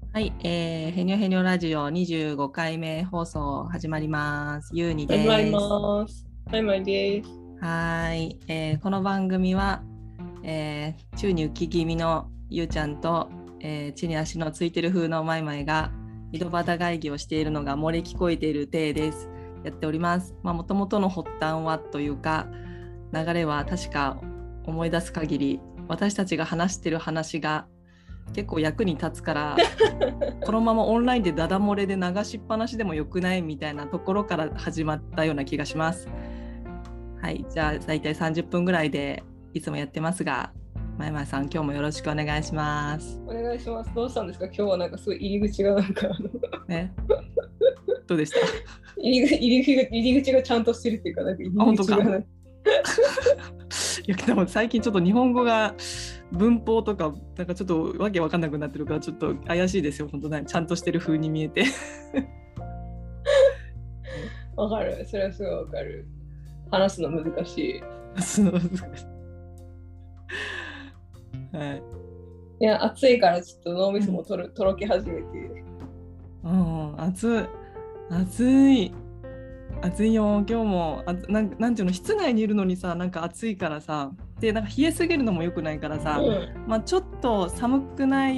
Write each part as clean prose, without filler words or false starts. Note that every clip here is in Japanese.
はい、ヘニョヘニョラジオ25回目放送始まります。ゆうにです。 始まります。はい、まいです。 はい、この番組は、宙に浮き気味のゆうちゃんと、地に足のついてる風のまいまいが井戸端会議をしているのが漏れ聞こえている体です。やっております。もともとの発端はというか流れは確か思い出す限り私たちが話してる話が結構役に立つからこのままオンラインでダダ漏れで流しっぱなしでもよくないみたいなところから始まったような気がします。はい、じゃあ大体30分ぐらいでいつもやってますが、まいまいさん今日もよろしくお願いします。 お願いします。どうしたんですか？今日はなんかすごい入り口がなんかね、どうでした？ 入り口がちゃんとしてるっていうか、なんか入り口が本当かいやでも最近ちょっと日本語が文法とかなんかちょっとわけわかんなくなってるからちょっと怪しいですよ。本当ね、ちゃんとしてる風に見えてわかる。それはすごいわかる。話すの難しい。 はい。 いや、暑いからちょっと脳みそもとろけ始めて。 暑いよ。今日もなんていうの、室内にいるのにさ、なんか暑いからさ、でなんか冷えすぎるのも良くないからさ、ちょっと寒くない、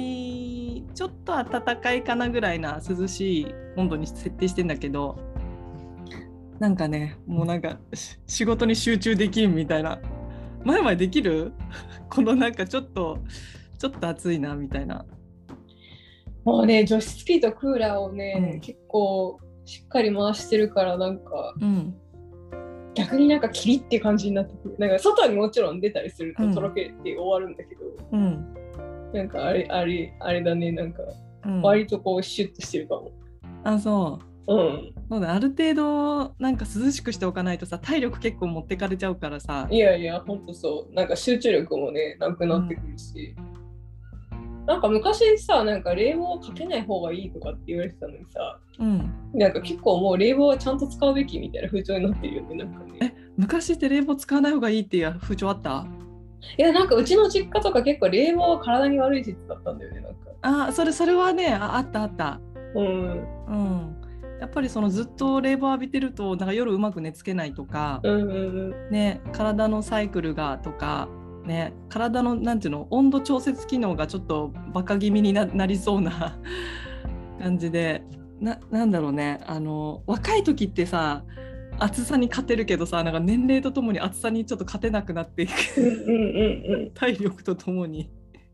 ちょっと暖かいかなぐらいな涼しい温度に設定してんだけど、なんかね、もうなんか仕事に集中できんみたいな。前々できるこのなんかちょっと暑いなみたいな。 もうね、除湿機とクーラーをね、結構しっかり回してるからなんか、逆になんかキリって感じになってくる。なんか外にもちろん出たりするととろけて終わるんだけど、なんかあれだね、なんか割とこうシュッとしてるかも。 あ、そう。そうだ、ある程度なんか涼しくしておかないとさ、体力結構持ってかれちゃうからさ。 いやいや、ほんとそう。なんか集中力もね、なくなってくるし。なんか昔さ、なんか冷房をかけない方がいいとかって言われてたのにさ、なんか結構もう冷房はちゃんと使うべきみたいな風潮になってるよね、なんかね。 昔って冷房使わない方がいいっていう風潮あった？ いや、なんかうちの実家とか結構冷房は体に悪い説だったんだよね、なんか。 それはね、あった。やっぱりそのずっと冷房浴びてるとなんか夜うまく寝つけないとか、ね、体のサイクルがとか、ね、体のなんていうの、温度調節機能がちょっとバカ気味に なりそうな感じで、なんだろうね、若い時ってさ暑さに勝てるけどさ、なんか年齢とともに暑さにちょっと勝てなくなっていく体力とともに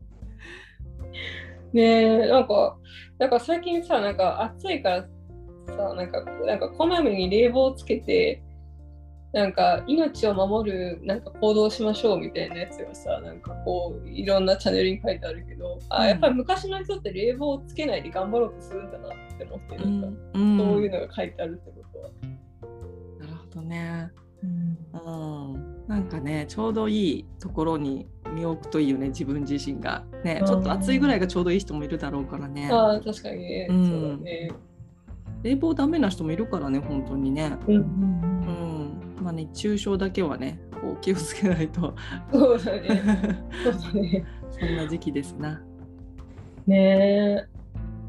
ねえ、なんか最近さ、なんか暑いからさ、なんかこまめに冷房をつけて、なんか命を守るなんか行動をしましょうみたいなやつがさ、なんかこういろんなチャンネルに書いてあるけど、やっぱり昔の人って冷房をつけないで頑張ろうとするんだなって思って、なんかそういうのが書いてあるってことは。 なるほどね。なんかね、ちょうどいいところに身を置くといいよね、自分自身がね。ちょっと暑いぐらいがちょうどいい人もいるだろうからね。 確かにね、そうだね。 冷房ダメな人もいるからね、本当にね。熱中症だけはね、こう気をつけないと。 そうだね。 そんな時期ですな。 ねえ。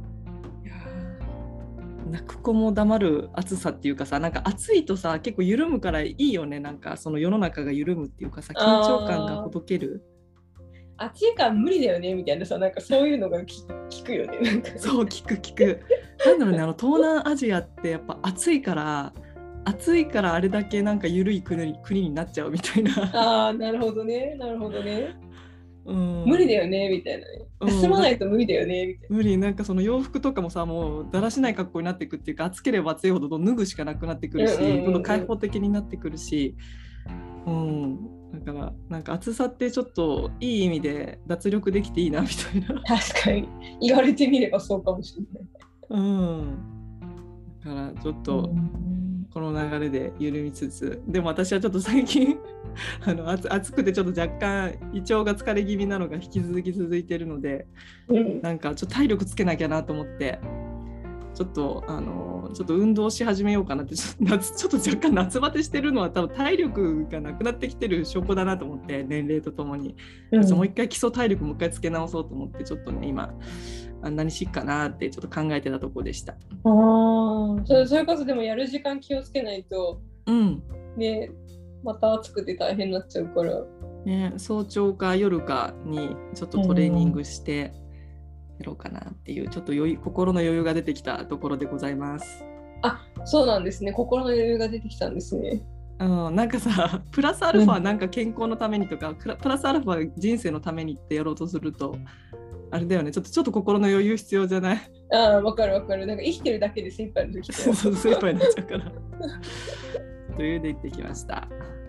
泣く子も黙る暑さっていうかさ、なんか暑いとさ結構緩むからいいよね。なんかその世の中が緩むっていうかさ、緊張感がほどける。 暑いから無理だよねみたいなさ、なんかそういうのが聞くよね。なんかそう聞く。なんだろうね、東南アジアってやっぱ暑いからあれだけなんか緩い国になっちゃうみたいな。 なるほどね。無理だよねみたいなね。休まないと無理だよねみたいな。 無理、なんかその洋服とかもさ、もうだらしない格好になっていくっていうか、暑ければ暑いほど脱ぐしかなくなってくるし、どんどん開放的になってくるし、だからなんか暑さってちょっといい意味で脱力できていいなみたいな。 確かに言われてみればそうかもしれない。 だからちょっとこの流れで緩みつつ、でも私はちょっと最近暑くてちょっと若干胃腸が疲れ気味なのが引き続き続いているので、なんかちょっと体力つけなきゃなと思って、ちょっと運動し始めようかなって。ちょっと若干夏バテしてるのは多分体力がなくなってきてる証拠だなと思って、年齢とともに、もう一回基礎体力もう一回つけ直そうと思って、ちょっとね今何しっかなってちょっと考えてたとこでした。 それこそでもやる時間気をつけないと、ね、また暑くて大変になっちゃうから。 ね、早朝か夜かにちょっとトレーニングしてやろうかなっていう、ちょっと心の余裕が出てきたところでございます。 そうなんですね。心の余裕が出てきたんですね。 なんかさ、プラスアルファなんか健康のためにとか、プラスアルファ人生のためにってやろうとするとあれだよね、ちょっと心の余裕必要じゃない？ わかる。なんか生きてるだけで精一杯の時そう精一杯になっちゃうから余裕で行ってきました。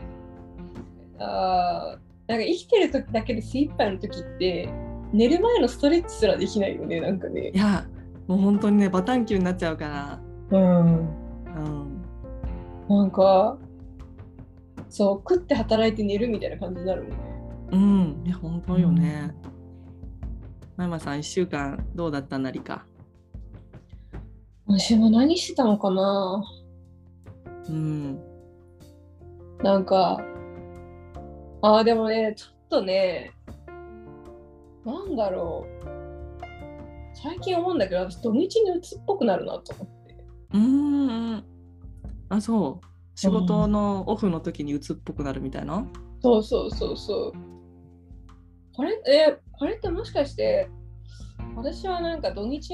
なんか生きてる時だけで精一杯の時って寝る前のストレッチすらできないよね、なんかね。 いやもう本当にね、バタンキューになっちゃうから。 なんかそう食って働いて寝るみたいな感じになるもんね。 いや本当よね。ママさん1週間どうだったなりか。 私も何してたのかな。なんかでもね、ちょっとね、なんだろう、最近思うんだけど、私土日に鬱っぽくなるなと思って。 そう仕事のオフの時に鬱っぽくなるみたいな。 そう。あれってもしかして私はなんか土日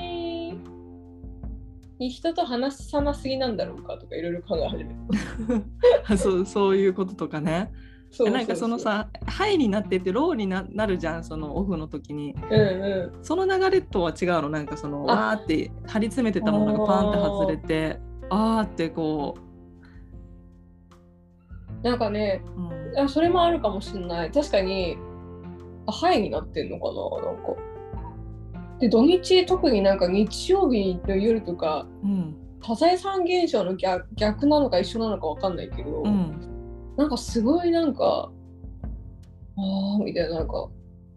に人と話さなすぎなんだろうかとかいろいろ考え始めたそういうこととかね。なんかそのさ、ハイになってってローに なるじゃん、そのオフの時に。その流れとは違うの。なんかそのわーって張り詰めてたものがパンって外れて、ってこうなんかね、それもあるかもしれない。確かにハイになってんのかな、なんか。で土日、特になんか日曜日の夜とか、多財産現象の逆なのか一緒なのか分かんないけど、なんかすごいなんかみたいな、なんか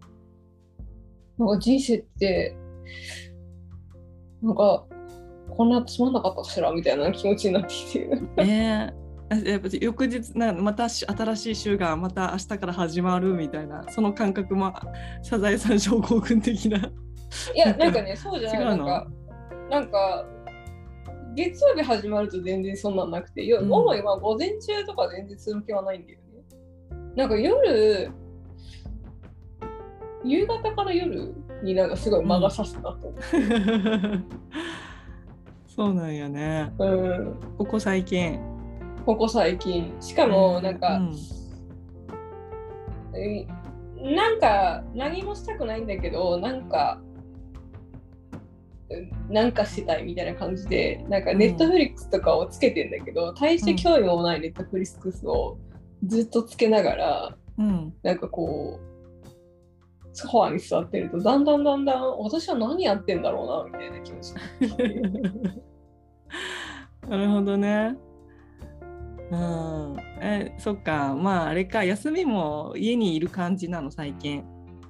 人生ってなんかこんなつまんなかったかしらみたいな気持ちになってきてやっぱ翌日また新しい週がまた明日から始まるみたいな、その感覚もサザエさん症候群的な。 いやなんかね、そうじゃない。なんか月曜日始まると全然そんなんなくて、主に午前中とか全然続きはないんだよね。なんか夕方から夜になんかすごい間が差すなと思って、 そうなんやね。ここ最近しかもなんか、なんか何もしたくないんだけど、なんかしたいみたいな感じで、なんかネットフリックスとかをつけてんだけど、大して興味もないネットフリックスをずっとつけながら、なんかこうソファーに座ってるとだんだん私は何やってんだろうなみたいな気持ちなるほどね。そっか。あれか、休みも家にいる感じなの最近。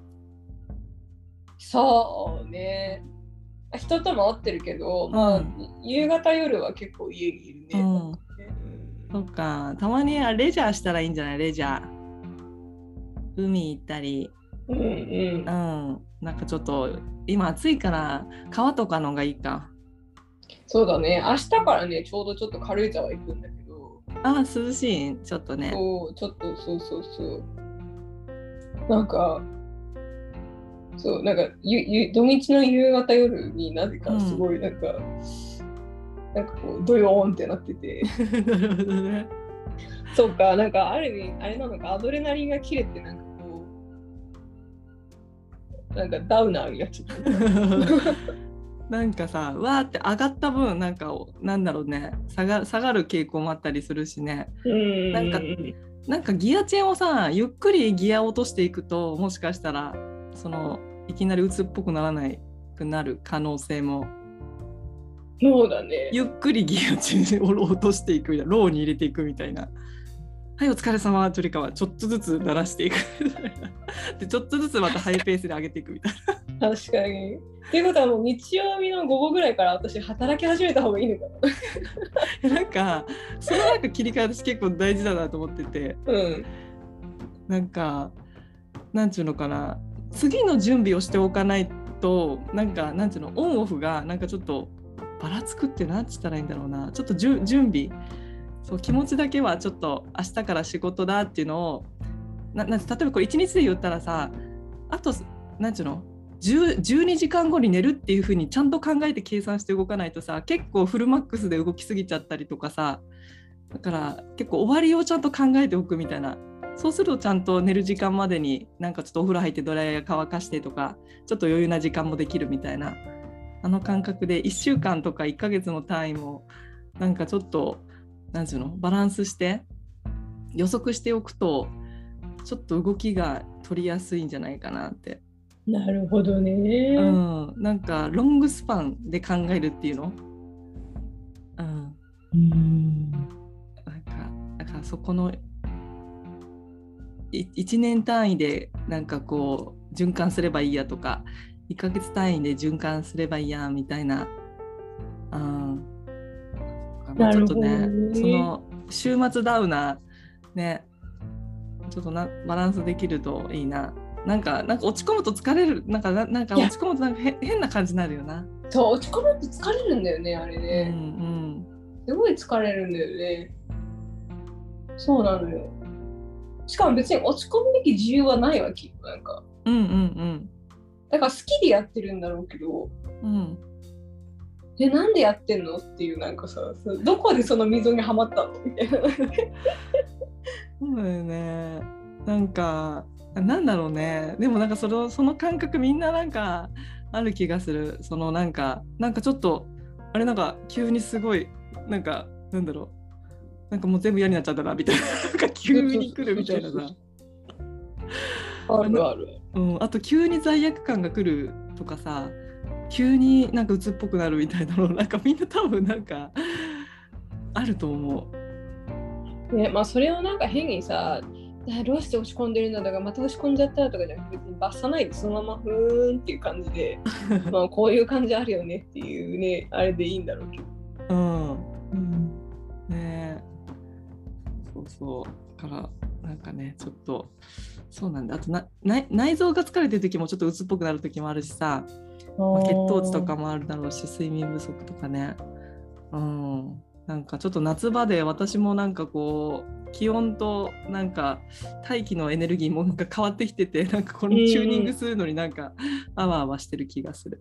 そうね、人とも会ってるけど、夕方夜は結構家にいるね。 そっか。たまにレジャーしたらいいんじゃない？レジャー海行ったり。なんかちょっと今暑いから川とかのがいいか。 そうだね、明日からねちょうどちょっと軽井沢行くんだけど。 涼しいちょっとね。 そうなんかなんか土日の夕方夜になぜかすごいなんかこうドヨーンってなっててなるほどね。 そうか、なんかある意味あれなのか、アドレナリンが切れてなんかこうなんかダウナーになっちゃったなんかさ、わーって上がった分なんだろうね、下がる傾向もあったりするしね。なんかギアチェーンをさ、ゆっくりギアを落としていくと、もしかしたらいきなり鬱っぽくならないくなる可能性も。 そうだね。 ゆっくりギアチェーンを落としていくみたいな、ローに入れていくみたいな。はい、お疲れ様というかはちょっとずつ鳴らしていくみたいな。でちょっとずつまたハイペースで上げていくみたいな。確かに。っていうことはもう日曜日の午後ぐらいから私働き始めた方がいいのかな。なんかその切り替え私結構大事だなと思ってて、なんかなんちゅうのかな、次の準備をしておかないとなんかなんていうのオンオフがなんかちょっとばらつくってなんて言ったらいいんだろうな、ちょっと準備、そう気持ちだけはちょっと明日から仕事だっていうのを例えばこれ1日で言ったらさ、あとなんていうの12時間後に寝るっていう風にちゃんと考えて計算して動かないとさ、結構フルマックスで動きすぎちゃったりとかさ、だから結構終わりをちゃんと考えておくみたいな。そうするとちゃんと寝る時間までになんかちょっとお風呂入ってドライヤー乾かしてとか、ちょっと余裕な時間もできるみたいな、あの感覚で1週間とか1ヶ月の単位もなんかちょっとなんていうのバランスして予測しておくとちょっと動きが取りやすいんじゃないかなって。 なるほどね。 うん、なんかロングスパンで考えるっていうの、なんかそこの1年単位でなんかこう循環すればいいやとか、1ヶ月単位で循環すればいいやみたいな、まあ、ちょっとねその週末ダウナーねちょっとバランスできるといいな。なんか落ち込むと疲れる、なんか落ち込むとなんか変な感じになるよな。 そう落ち込むと疲れるんだよねあれね、すごい疲れるんだよね。そうなのよ。しかも別に落ち込むべき自由はないわけよ。なんかだから好きでやってるんだろうけど、なんでやってんのっていう、なんかさ、どこでその溝にはまったのみたいな。 そうだよね。なんかなんだろうね。でもなんかその感覚みんななんかある気がする。そのなんかちょっとあれなんか急にすごいなんかなんだろう、なんかもう全部嫌になっちゃったなみたいな、なんか急に来るみたいなさ。 あるある。 あと急に罪悪感が来るとかさ、急になんか鬱っぽくなるみたいなのなんかみんな多分なんかあると思う。ね、まあそれをなんか変にさ、どうして落ち込んでるんだとか、また落ち込んじゃったとかじゃなくて、別に罰さないでそのままふーんっていう感じでまあこういう感じあるよねっていうね、あれでいいんだろうけど。 ねえ、そうだからなんかねちょっとそうなんだ。あと内臓が疲れてる時もちょっと鬱っぽくなる時もあるしさ、血糖値とかもあるだろうし、睡眠不足とかね。なんかちょっと夏場で私もなんかこう気温となんか大気のエネルギーもなんか変わってきてて、なんかこのチューニングするのになんかあわあわしてる気がする。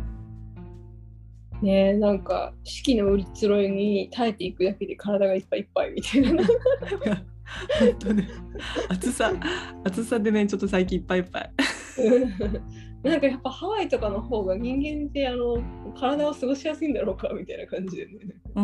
ね、なんか四季の移ろいに耐えていくだけで体がいっぱいいっぱいみたいな。 本当ね、暑さでねちょっと最近いっぱいいっぱい。 なんかやっぱハワイとかの方が人間って体を過ごしやすいんだろうかみたいな感じでね。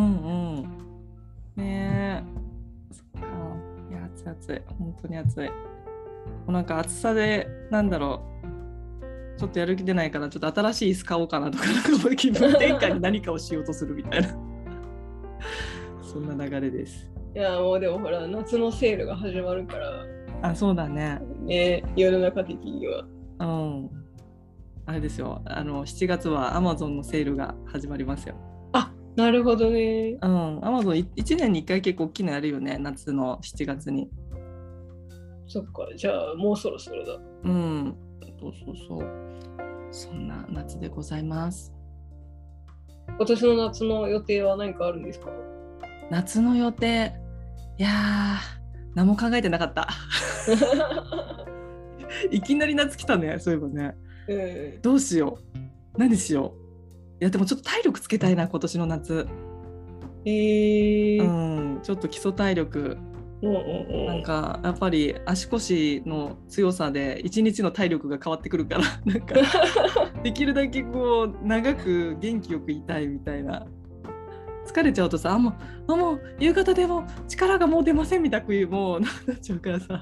ねえ、そっか。いや暑い本当に暑い。もうなんか暑さでなんだろう、ちょっとやる気出ないからちょっと新しい椅子買おうかなとか、なんか気分転換に何かをしようとするみたいなそんな流れです。 いやもうでもほら夏のセールが始まるから。 あ、そうだね。 世の中的には。 あれですよ。7月は Amazon のセールが始まりますよ。 あ、なるほどね。 Amazon 1年に1回結構大きいのやるよね、夏の7月に。 そっか、じゃあもうそろそろだ。 そう。そんな夏でございます。 今年の夏の予定は何かあるんですか？ 夏の予定、いやー何も考えてなかったいきなり夏来たね、そういえばね。どうしよう、何しよう。いやでもちょっと体力つけたいな今年の夏。ちょっと基礎体力、なんかやっぱり足腰の強さで一日の体力が変わってくるからなんかできるだけこう長く元気よくいたいみたいな。疲れちゃうとさ、もう夕方でも力がもう出ませんみたくもうなっちゃうからさ、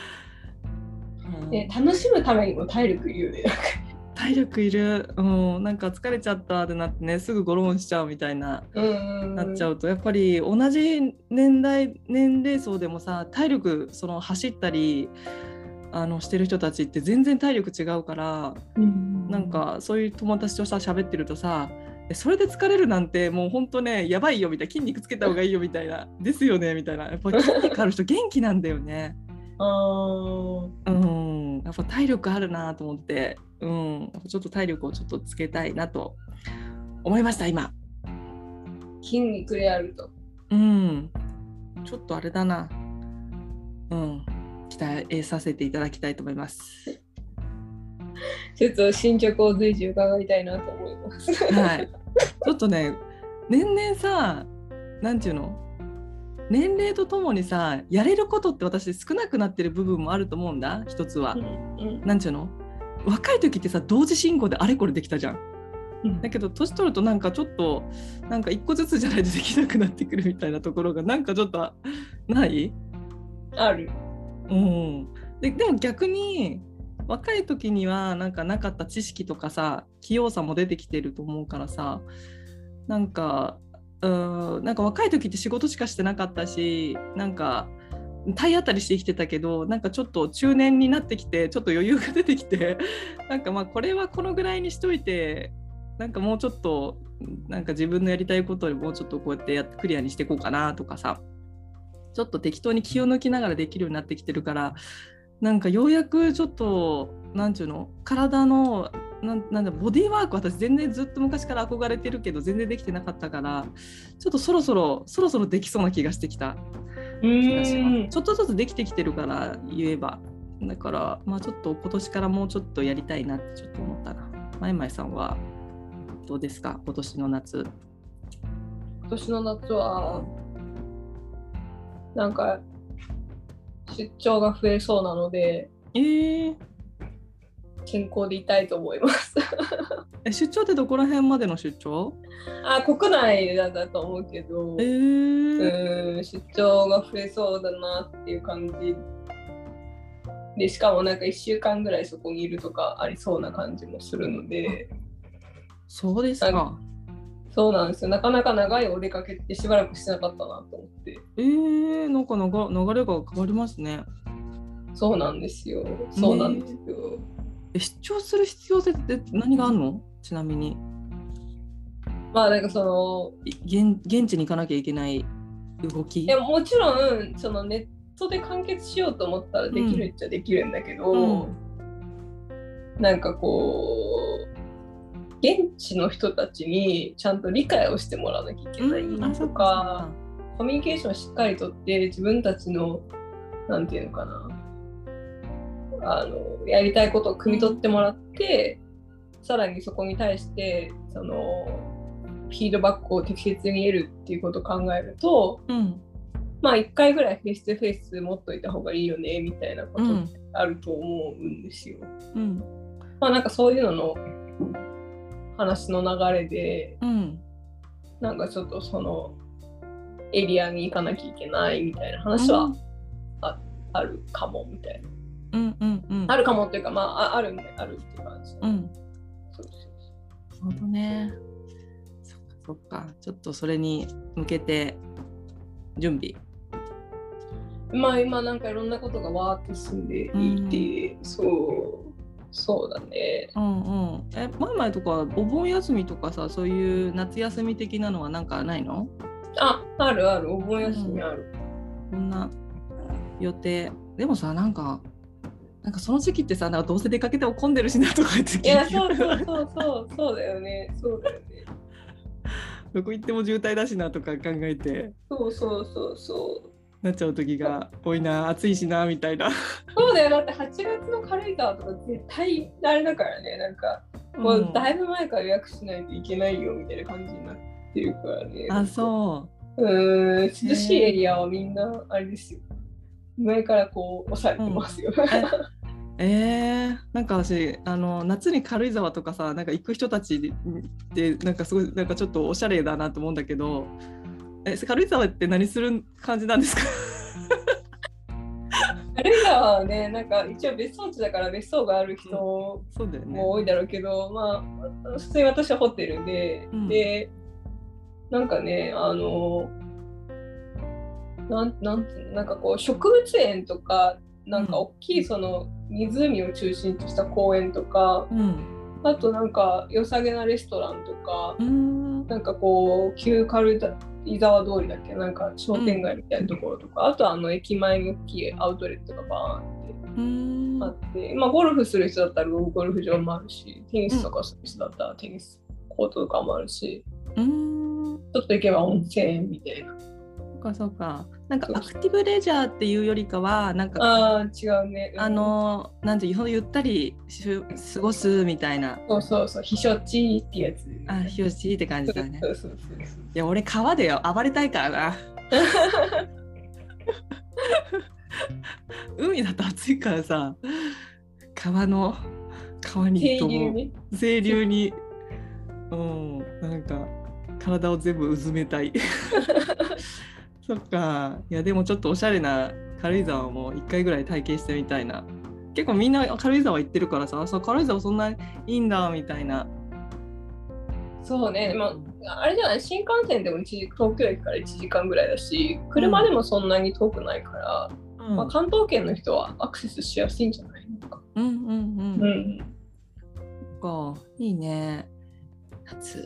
楽しむためにも体力いるよね。 体力いる、なんか疲れちゃったってなってね、すぐゴロンしちゃうみたいな、なっちゃうとやっぱり同じ年齢層でもさ、体力その走ったりしてる人たちって全然体力違うから、なんかそういう友達とさ喋ってるとさ、それで疲れるなんてもうほんとねやばいよみたいな、筋肉つけた方がいいよみたいなですよねみたいな、やっぱり筋肉ある人元気なんだよね。やっぱ体力あるなと思って、ちょっと体力をちょっとつけたいなと思いました今。 筋肉であると。 ちょっとあれだな。期待させていただきたいと思います。 ちょっと進捗を随時伺いたいなと思います。 はい。ちょっとね、年々さ、なんていうの？年齢とともにさ、やれることって私少なくなってる部分もあると思うんだ、一つは。なんていうの？若い時ってさ、同時進行であれこれできたじゃん。だけど年取るとなんかちょっとなんか一個ずつじゃないとできなくなってくるみたいなところがなんかちょっとない？ ある。 でも逆に若い時にはなんかなかった知識とかさ、器用さも出てきてると思うからさ、なんか若い時って仕事しかしてなかったし、なんか体当たりして生きてたけど、なんかちょっと中年になってきてちょっと余裕が出てきてなんかまあこれはこのぐらいにしといて、なんかもうちょっとなんか自分のやりたいことにもうちょっとこうやってクリアにしていこうかなとかさ、ちょっと適当に気を抜きながらできるようになってきてるから、なんかようやくちょっとなんていうの、体のなんだボディーワーク、私全然ずっと昔から憧れてるけど全然できてなかったから、ちょっとそろそろできそうな気がしてきた気がします。ちょっとずつできてきてるから言えば、だからまあちょっと今年からもうちょっとやりたいなってちょっと思ったな。まいまいさんはどうですか、今年の夏？ 今年の夏はなんか出張が増えそうなので、健康でいたいと思います出張ってどこら辺までの出張？ 国内だと思うけど、出張が増えそうだなっていう感じで、しかもなんか1週間ぐらいそこにいるとかありそうな感じもするので。 そうですか。 そうなんですよ。なかなか長いお出かけってしばらくしてなかったなと思って。 なんか流れが変わりますね。 そうなんですよ。そうなんですよ。 出張する必要性って何があるの？ちなみに。 まあなんかその現地に行かなきゃいけない動き。 もちろんそのネットで完結しようと思ったらできるっちゃできるんだけど、なんかこう現地の人たちにちゃんと理解をしてもらわなきゃいけないとか、コミュニケーションをしっかりとって自分たちのなんていうのかな、やりたいことを汲み取ってもらって、さらにそこに対してそのフィードバックを適切に得るっていうことを考えると、まあ1回ぐらいフェイス2フェイス持っといた方がいいよねみたいなことってあると思うんですよ。まあなんかそういうのの話の流れで、なんかちょっとそのエリアに行かなきゃいけないみたいな話はあるかもみたいな。あるかもっていうか、まあ、あるっていう感じ。 なるほどね。そっか。ちょっとそれに向けて準備。 まあ今なんかいろんなことがわーって進んでいて、そうだね。 前とかお盆休みとかさ、そういう夏休み的なのはなんかないの？ あるお盆休みある。 こんな予定でもさ、なんかその時期ってさ、なんかどうせ出かけても混んでるしなとか言って。 いやそうだよね。 どこ行っても渋滞だしなとか考えて。 そうなっちゃう時が多いな、暑いしなみたいな。 そうだよ、だって8月の軽井沢とか絶対あれだからね、なんかもうだいぶ前から予約しないといけないよみたいな感じになってるからね。涼しいエリアはみんなあれですよ、前からこう抑えてますよ。 なんか私夏に軽井沢とかさ、なんか行く人たちでなんかすごいなんかちょっとおしゃれだなと思うんだけど、軽井沢って何する感じなんですか？ 軽井沢はね、なんか一応別荘地だから別荘がある人も多いだろうけど、まあ普通に私はホテルで、でなんかね、なんかこう植物園とか、なんか大きいその湖を中心とした公園とか、あとなんか良さげなレストランとか、なんかこう旧軽井沢通りだっけ、なんか商店街みたいなところとか、あと駅前に大きいアウトレットがバーンってあって、まあ、ゴルフする人だったらゴルフ場もあるし、テニスとかする人だったらテニスコートとかもあるし、ちょっと行けば温泉みたいな。 そうか。なんかアクティブレジャーっていうよりかは、なんか違うね。 なんてゆったり過ごすみたいな。 そう、避暑地ってやつ。 避暑地って感じだね。 そう。いや、俺川で暴れたいからな。海だと暑いからさ、川に清流に、なんか体を全部うずめたい。そっか。いやでもちょっとおしゃれな軽井沢も1回ぐらい体験してみたいな。結構みんな軽井沢行ってるからさ、軽井沢そんなにいいんだみたいな。 そうね、でもあれじゃない、新幹線でも東京駅から1時間ぐらいだし、車でもそんなに遠くないから、まあ、関東圏の人はアクセスしやすいんじゃないのか。 いいね。夏。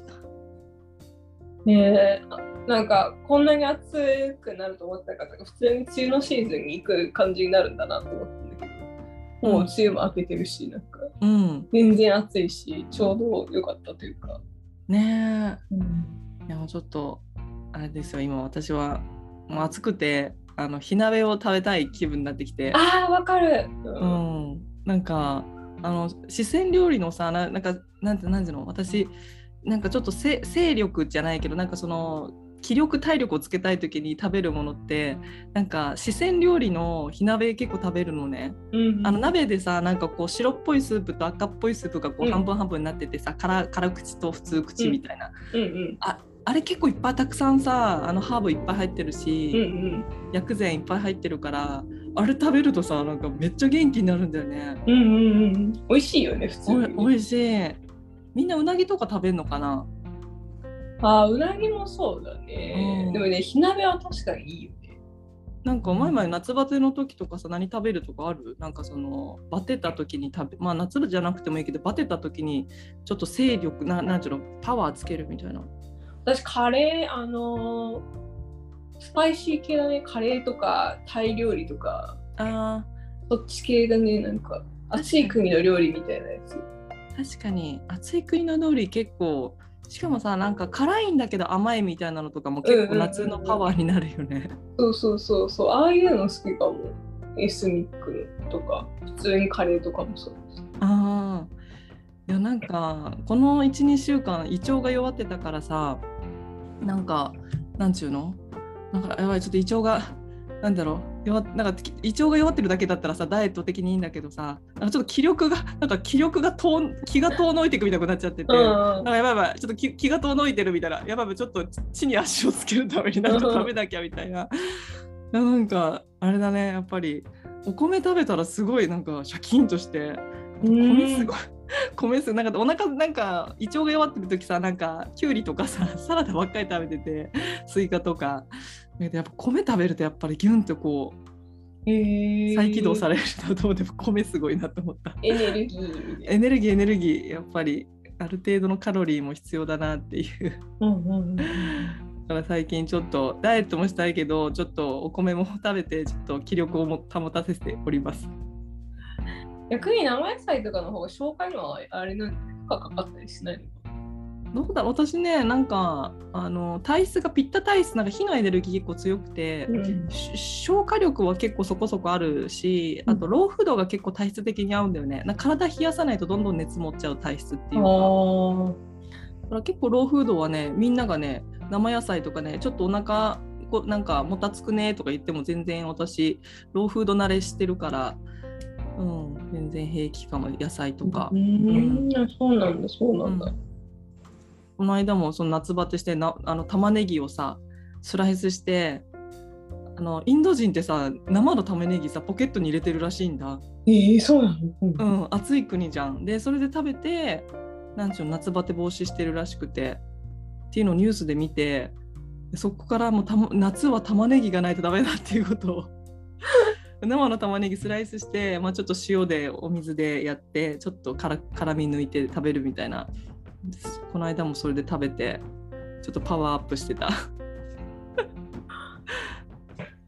ねえ、なんかこんなに暑くなると思ってなかったから、普通に梅雨のシーズンに行く感じになるんだなと思ったんだけど、もう梅雨も明けてるし、なんか全然暑いし、ちょうど良かったというか。 ねえ。いやちょっとあれですよ、今私はもう暑くて火鍋を食べたい気分になってきて。 わかる。 なんか四川料理のさ、なんていうの、私なんかちょっと勢力じゃないけど、なんかその気力体力をつけたい時に食べるものって、なんか四川料理の火鍋結構食べるのね。鍋でさ、なんかこう白っぽいスープと赤っぽいスープがこう半分半分になっててさ、辛口と普通口みたいな、あれ結構いっぱいたくさんさ、ハーブいっぱい入ってるし、薬膳いっぱい入ってるから、あれ食べるとさ、なんかめっちゃ元気になるんだよね。 美味しいよね、普通に。 美味しい。みんなうなぎとか食べるのかな？ うなぎもそうだね。でもね、火鍋は確かにいいよね。 なんか前夏バテの時とかさ、何食べるとかある？なんかそのバテた時にまあ夏じゃなくてもいいけど、バテた時にちょっと勢力なんていうの、パワーつけるみたいな。 私カレー、スパイシー系だね。カレーとかタイ料理とか、そっち系だね。なんか暑い国の料理みたいなやつ。確かに暑い国の料理結構、しかもさ、なんか辛いんだけど甘いみたいなのとかも結構夏のパワーになるよね。 そう、ああいうの好きかも。エスニックとか普通にカレーとかもそうです。 いやなんかこの 1,2 週間胃腸が弱ってたからさ、なんちゅうの、なんかやばい、ちょっと胃腸がなんだろう、なんか胃腸が弱ってるだけだったらさ、ダイエット的にいいんだけどさ、なんかちょっと気が遠のいていくみたいになっちゃってて、なんかやばいちょっと気が遠のいてるみたいな、やばいちょっと地に足をつけるためになんか食べなきゃみたいな。なんかあれだね、やっぱりお米食べたらすごいなんかシャキンとして、米すごいなんかお腹なんか胃腸が弱ってる時さ、なんかきゅうりとかさサラダばっかり食べてて、スイカとかやっぱ米食べるとやっぱりギュンとこう、再起動されるなと思って、米すごいなと思った。エネルギーやっぱりある程度のカロリーも必要だなっていう。だから最近ちょっとダイエットもしたいけど、ちょっとお米も食べてちょっと気力を保たせております。 逆に生野菜とかの方が消化にはあれなんかかかったりしないのか？ どうだろう、私ね、なんか体質がピッタ体質、なんか火のエネルギー結構強くて、消化力は結構そこそこあるし、あと老夫道が結構体質的に合うんだよね。なんか体冷やさないとどんどん熱持っちゃう体質っていうか、だから結構老夫道はね、みんながね、生野菜とかね、ちょっとお腹なんかもたつくねとか言っても全然私老夫道慣れしてるから、全然平気かも。野菜とか。 そうなんだ。 この間もその夏バテして玉ねぎをさスライスして、インド人ってさ生の玉ねぎさポケットに入れてるらしいんだ。 そうなの？暑い国じゃん。でそれで食べて夏バテ防止してるらしくてっていうのをニュースで見て、そこからもう夏は玉ねぎがないとダメだっていうことを生の玉ねぎスライスして、ちょっと塩でお水でやってちょっと辛み抜いて食べるみたいな。この間もそれで食べてちょっとパワーアップしてた。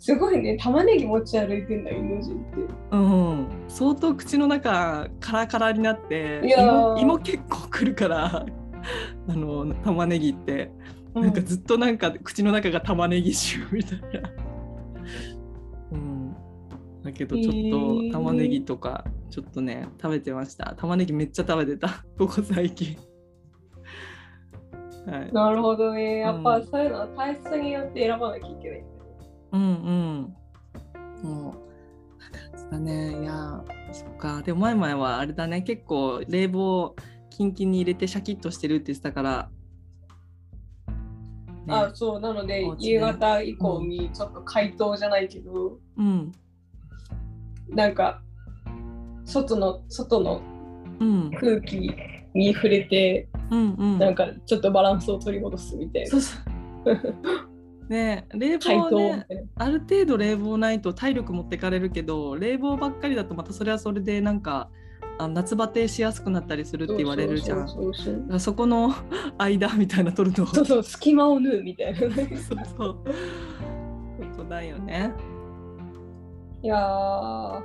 すごいね、玉ねぎ持ち歩いてんだ、インド人って。 うん、相当口の中カラカラになっていやー芋結構くるから玉ねぎってなんかずっとなんか口の中が玉ねぎ臭みたいな、うん、だけどちょっと玉ねぎとかちょっとね食べてました。玉ねぎめっちゃ食べてたここ最近。はい、 なるほどね。やっぱそういうのは体質によって選ばなきゃいけない。 うんうん。もう感じだね。いや、そっか。でも前々はあれだね。結構冷房キンキンに入れてシャキッとしてるって言ってたから。 ね、あ、そうなので、夕方以降にちょっと解凍じゃないけど、うん、なんか外の空気に触れて、うんうん、なんかちょっとバランスを取り戻すみたいな。そうそうね、冷房ね、ある程度冷房ないと体力持ってかれるけど、冷房ばっかりだとまたそれはそれでなんか夏バテしやすくなったりするって言われるじゃん。そこの間みたいな取るの。 そうそう、隙間を縫うみたいな。そうそう。 本当だよね。 いやー、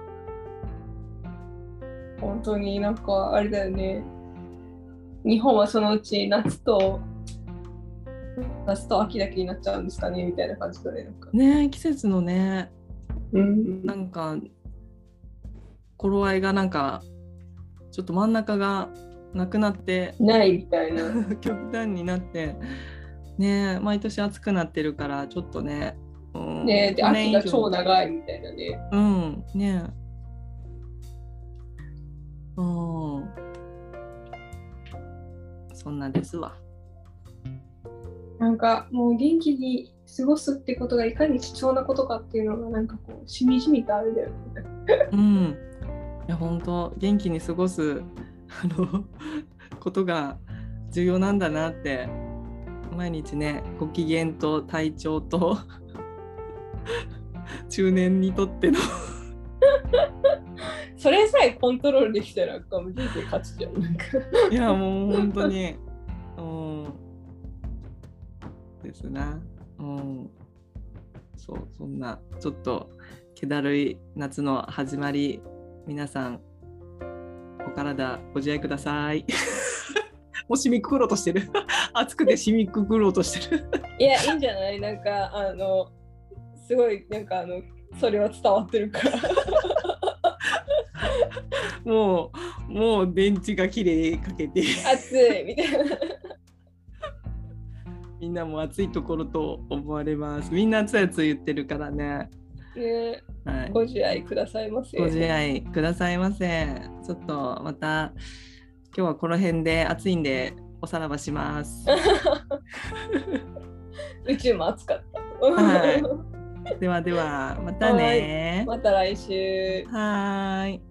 本当になんかあれだよね。日本はそのうち夏と秋だけになっちゃうんですかねみたいな感じだね。なんかね、季節のね、なんか頃合いがなんかちょっと真ん中がなくなってないみたいな極端になってね、毎年暑くなってるからちょっとね、 ね、で秋が超長いみたいなね。 うんね、そんなですわ。 なんかもう元気に過ごすってことがいかに貴重なことかっていうのがなんかこうしみじみとあるだよね。 うん、いや本当元気に過ごすことが重要なんだなって毎日ね、ご機嫌と体調と中年にとってのそれさえコントロールできたら人生勝ちじゃん。 いやもう本当に、ですな、そうそんなちょっと気だるい夏の始まり、皆さんお体ご自愛ください。もう締めくくろうとしてる。暑くて締めくくろうとしてる。 いや、いいんじゃない？なんかすごいなんかそれは伝わってるから。 もう電池がきれいかけて暑いみたいな。 みんなも暑いところと思われます。みんな暑い暑い言ってるからね。 ね、はい、ご自愛くださいませ。 ご自愛くださいませ。ちょっとまた今日はこの辺で暑いんでおさらばします。 宇宙も暑かった。 はい、ではではまたね。 また来週。 はい。